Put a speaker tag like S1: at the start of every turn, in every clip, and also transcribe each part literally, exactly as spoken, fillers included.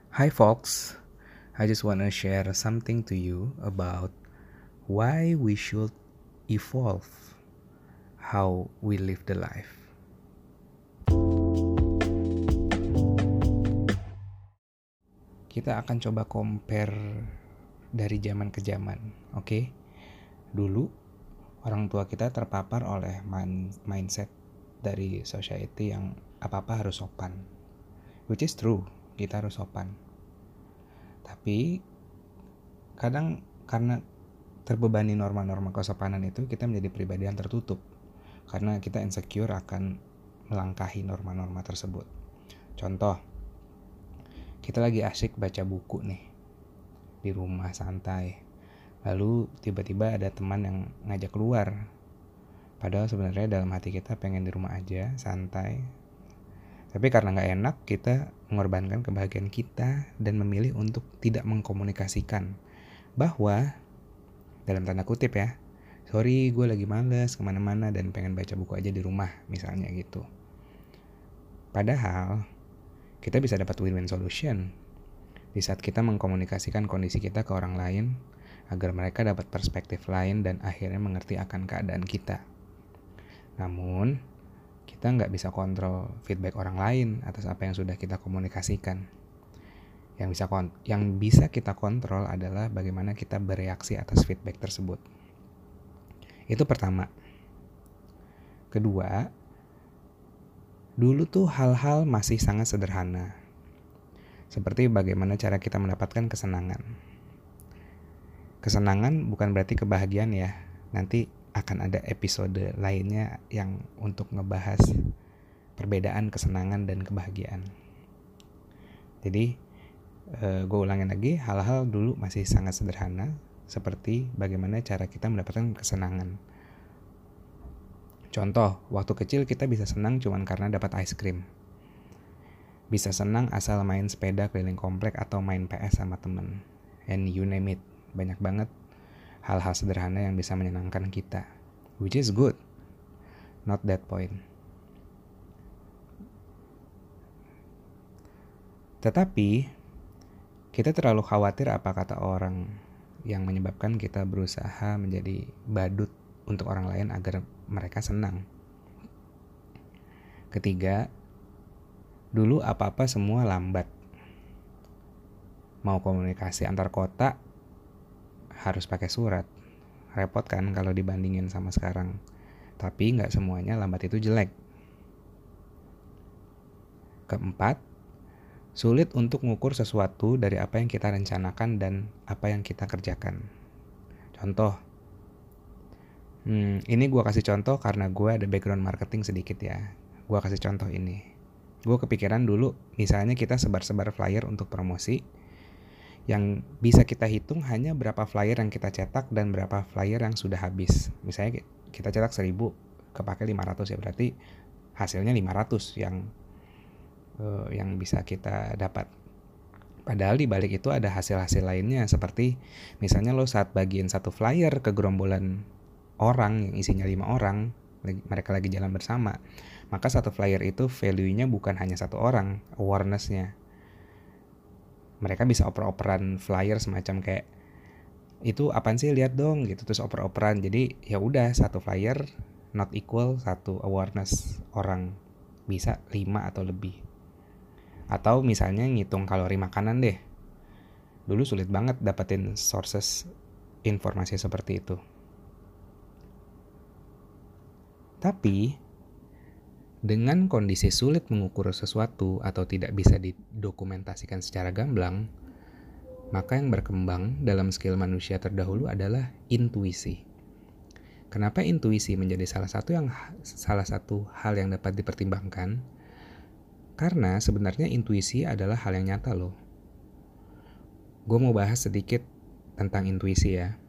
S1: Hi folks, I just want to share something to you about why we should evolve how we live the life. Kita akan coba compare dari zaman ke zaman, oke? Okay? Dulu orang tua kita terpapar oleh mindset dari society yang apa-apa harus sopan. Which is true, kita harus sopan. Tapi kadang karena terbebani norma-norma kesopanan itu, kita menjadi pribadi yang tertutup karena kita insecure akan melangkahi norma-norma tersebut. Contoh, kita lagi asyik baca buku nih di rumah santai, lalu tiba-tiba ada teman yang ngajak keluar, padahal sebenarnya dalam hati kita pengen di rumah aja santai, tapi karena gak enak kita mengorbankan kebahagiaan kita dan memilih untuk tidak mengkomunikasikan bahwa, dalam tanda kutip ya, sorry gue lagi males kemana-mana dan pengen baca buku aja di rumah misalnya gitu. Padahal kita bisa dapat win-win solution di saat kita mengkomunikasikan kondisi kita ke orang lain agar mereka dapat perspektif lain dan akhirnya mengerti akan keadaan kita. Namun kita nggak bisa kontrol feedback orang lain atas apa yang sudah kita komunikasikan. Yang bisa kon- yang bisa kita kontrol adalah bagaimana kita bereaksi atas feedback tersebut. Itu pertama. Kedua, dulu tuh hal-hal masih sangat sederhana. Seperti bagaimana cara kita mendapatkan kesenangan. Kesenangan bukan berarti kebahagiaan ya. Nanti akan ada episode lainnya yang untuk ngebahas perbedaan kesenangan dan kebahagiaan. Jadi eh, gue ulangin lagi, hal-hal dulu masih sangat sederhana, seperti bagaimana cara kita mendapatkan kesenangan. Contoh, waktu kecil kita bisa senang cuma karena dapat ice cream. Bisa senang asal main sepeda keliling komplek atau main P S sama temen. And you name it, banyak banget hal-hal sederhana yang bisa menyenangkan kita. Which is good, not that point. Tetapi kita terlalu khawatir apa kata orang yang menyebabkan kita berusaha menjadi badut untuk orang lain agar mereka senang. Ketiga, dulu apa-apa semua lambat. Mau komunikasi antar kota harus pakai surat. Repot kan kalau dibandingin sama sekarang. Tapi gak semuanya lambat itu jelek. Keempat, sulit untuk mengukur sesuatu dari apa yang kita rencanakan dan apa yang kita kerjakan. Contoh, hmm, ini gue kasih contoh karena gue ada background marketing sedikit ya. Gue kasih contoh ini. Gue kepikiran dulu, misalnya kita sebar-sebar flyer untuk promosi, yang bisa kita hitung hanya berapa flyer yang kita cetak dan berapa flyer yang sudah habis. Misalnya kita cetak seribu, kepake lima ratus ya, berarti hasilnya lima ratus yang uh, yang bisa kita dapat. Padahal di balik itu ada hasil-hasil lainnya, seperti misalnya lo saat bagiin satu flyer ke gerombolan orang yang isinya lima orang, mereka lagi jalan bersama, maka satu flyer itu value-nya bukan hanya satu orang, awareness-nya. Mereka bisa oper-operan flyer semacam kayak, itu apaan sih, lihat dong gitu, terus oper-operan. Jadi ya udah, satu flyer not equal satu awareness orang, bisa lima atau lebih. Atau misalnya ngitung kalori makanan deh. Dulu sulit banget dapetin sources informasi seperti itu. Tapi dengan kondisi sulit mengukur sesuatu atau tidak bisa didokumentasikan secara gamblang, maka yang berkembang dalam skill manusia terdahulu adalah intuisi. Kenapa intuisi menjadi salah satu yang salah satu hal yang dapat dipertimbangkan? Karena sebenarnya intuisi adalah hal yang nyata loh. Gue mau bahas sedikit tentang intuisi ya.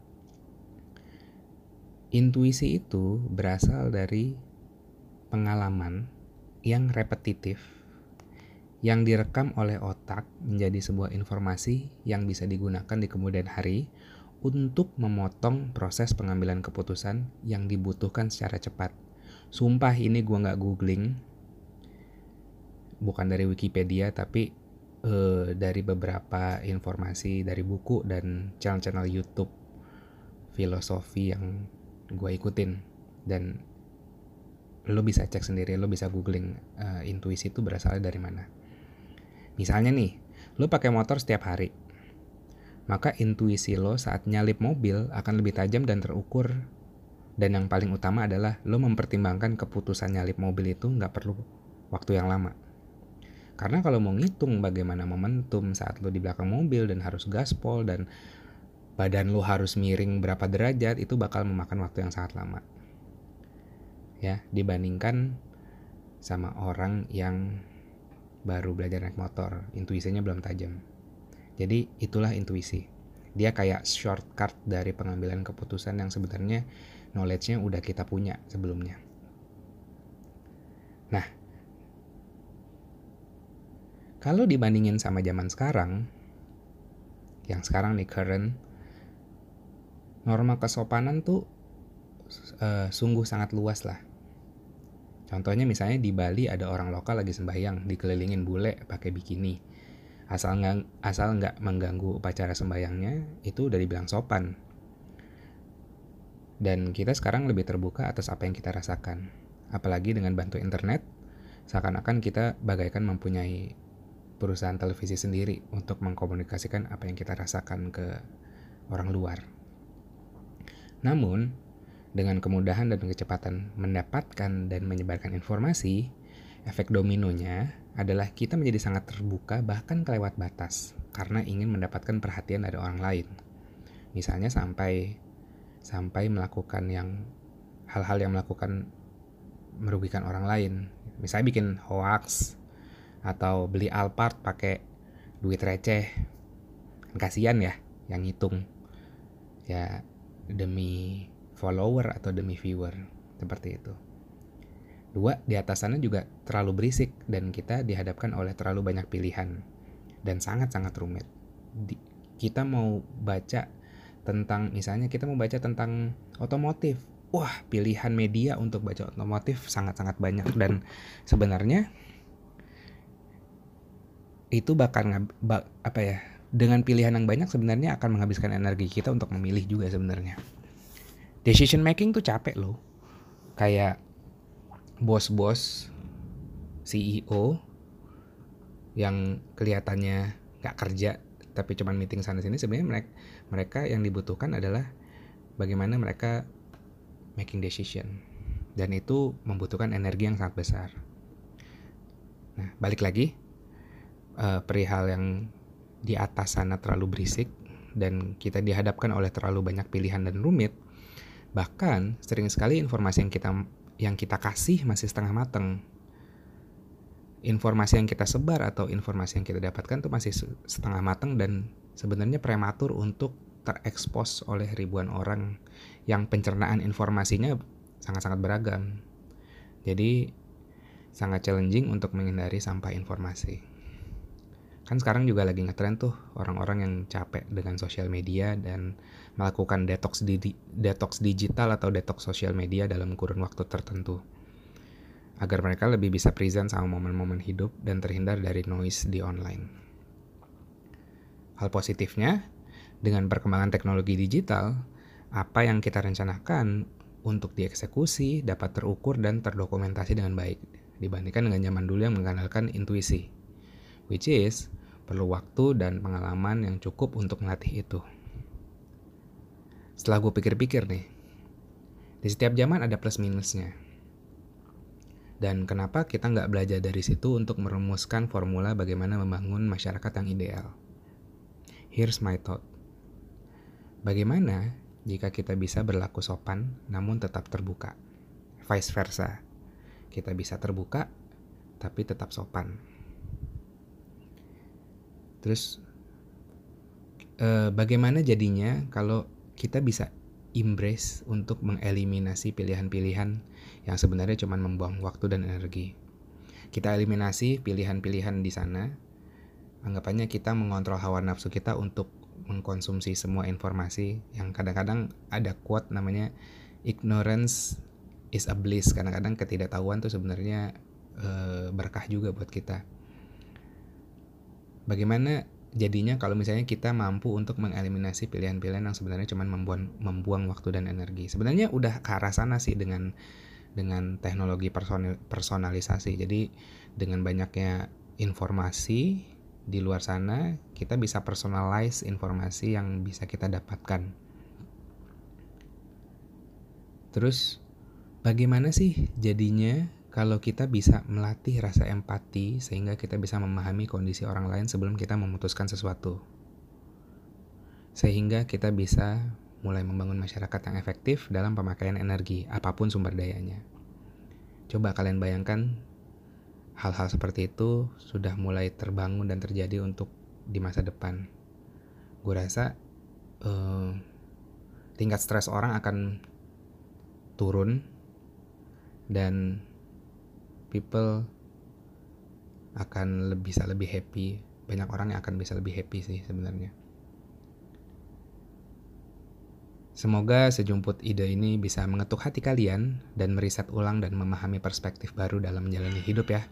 S1: Intuisi itu berasal dari pengalaman yang repetitif yang direkam oleh otak menjadi sebuah informasi yang bisa digunakan di kemudian hari untuk memotong proses pengambilan keputusan yang dibutuhkan secara cepat. Sumpah ini gue gak googling, bukan dari Wikipedia, tapi uh, dari beberapa informasi dari buku dan channel-channel YouTube filosofi yang gue ikutin, dan lo bisa cek sendiri, lo bisa googling uh, intuisi itu berasal dari mana. Misalnya nih, lo pakai motor setiap hari, maka intuisi lo saat nyalip mobil akan lebih tajam dan terukur. Dan yang paling utama adalah lo mempertimbangkan keputusan nyalip mobil itu nggak perlu waktu yang lama. Karena kalau mau ngitung bagaimana momentum saat lo di belakang mobil dan harus gaspol dan badan lo harus miring berapa derajat, itu bakal memakan waktu yang sangat lama. Ya, dibandingkan sama orang yang baru belajar naik motor, intuisinya belum tajam. Jadi itulah intuisi. Dia kayak shortcut dari pengambilan keputusan yang sebenarnya knowledge-nya udah kita punya sebelumnya. Nah, kalau dibandingin sama zaman sekarang, yang sekarang nih current, norma kesopanan tuh uh, sungguh sangat luas lah. Contohnya misalnya di Bali ada orang lokal lagi sembahyang, dikelilingin bule pakai bikini. Asal nggak asal nggak mengganggu upacara sembahyangnya, itu udah dibilang sopan. Dan kita sekarang lebih terbuka atas apa yang kita rasakan. Apalagi dengan bantu internet, seakan-akan kita bagaikan mempunyai perusahaan televisi sendiri untuk mengkomunikasikan apa yang kita rasakan ke orang luar. Namun, dengan kemudahan dan kecepatan mendapatkan dan menyebarkan informasi, efek dominonya adalah kita menjadi sangat terbuka bahkan kelewat batas karena ingin mendapatkan perhatian dari orang lain. Misalnya sampai sampai melakukan yang hal-hal yang melakukan merugikan orang lain. Misalnya bikin hoax atau beli Alphard pakai duit receh. Kasian ya yang ngitung. Ya demi follower atau demi viewer, seperti itu. Dua, di atas sana juga terlalu berisik dan kita dihadapkan oleh terlalu banyak pilihan dan sangat-sangat rumit. Di, kita mau baca tentang, misalnya kita mau baca tentang otomotif, wah pilihan media untuk baca otomotif sangat-sangat banyak, dan sebenarnya itu bakal bak, apa ya dengan pilihan yang banyak sebenarnya akan menghabiskan energi kita untuk memilih juga sebenarnya. Decision making tuh capek loh, kayak bos-bos C E O yang kelihatannya nggak kerja tapi cuma meeting sana sini, sebenarnya mereka, mereka yang dibutuhkan adalah bagaimana mereka making decision, dan itu membutuhkan energi yang sangat besar. Nah, balik lagi uh, perihal yang di atas sana terlalu berisik dan kita dihadapkan oleh terlalu banyak pilihan dan rumit. Bahkan sering sekali informasi yang kita yang kita kasih masih setengah matang. Informasi yang kita sebar atau informasi yang kita dapatkan tuh masih setengah matang dan sebenarnya prematur untuk terekspos oleh ribuan orang yang pencernaan informasinya sangat-sangat beragam. Jadi sangat challenging untuk menghindari sampah informasi. Kan sekarang juga lagi ngetren tuh orang-orang yang capek dengan sosial media dan melakukan detox di, detox digital atau detox sosial media dalam kurun waktu tertentu, agar mereka lebih bisa present sama momen-momen hidup dan terhindar dari noise di online. Hal positifnya, dengan perkembangan teknologi digital, apa yang kita rencanakan untuk dieksekusi dapat terukur dan terdokumentasi dengan baik, dibandingkan dengan zaman dulu yang mengandalkan intuisi, which is perlu waktu dan pengalaman yang cukup untuk melatih itu. Setelah gue pikir-pikir nih, di setiap zaman ada plus minusnya. Dan kenapa kita nggak belajar dari situ untuk merumuskan formula bagaimana membangun masyarakat yang ideal? Here's my thought. Bagaimana jika kita bisa berlaku sopan namun tetap terbuka? Vice versa. Kita bisa terbuka tapi tetap sopan. Terus eh, bagaimana jadinya kalau kita bisa embrace untuk mengeliminasi pilihan-pilihan yang sebenarnya cuma membuang waktu dan energi. Kita eliminasi pilihan-pilihan di sana. Anggapannya kita mengontrol hawa nafsu kita untuk mengkonsumsi semua informasi yang kadang-kadang ada quote namanya ignorance is a bliss. Kadang-kadang ketidaktahuan tuh sebenarnya e, berkah juga buat kita. bagaimana jadinya kalau misalnya kita mampu untuk mengeliminasi pilihan-pilihan yang sebenarnya cuma membuang membuang waktu dan energi. Sebenarnya udah ke arah sana sih dengan dengan teknologi personal, personalisasi. Jadi dengan banyaknya informasi di luar sana, kita bisa personalize informasi yang bisa kita dapatkan. Terus bagaimana sih jadinya kalau kita bisa melatih rasa empati sehingga kita bisa memahami kondisi orang lain sebelum kita memutuskan sesuatu? Sehingga kita bisa mulai membangun masyarakat yang efektif dalam pemakaian energi, apapun sumber dayanya. Coba kalian bayangkan hal-hal seperti itu sudah mulai terbangun dan terjadi untuk di masa depan. Gue rasa eh, tingkat stres orang akan turun dan people akan lebih bisa lebih happy. Banyak orang yang akan bisa lebih happy sih sebenarnya. Semoga sejumput ide ini bisa mengetuk hati kalian dan meriset ulang dan memahami perspektif baru dalam menjalani hidup ya.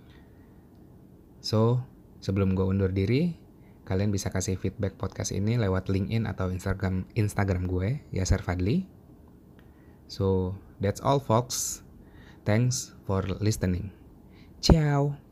S1: So, sebelum gue undur diri, kalian bisa kasih feedback podcast ini lewat LinkedIn atau Instagram Instagram gue, Yasser Fadli. So, that's all folks. Thanks for listening. Ciao.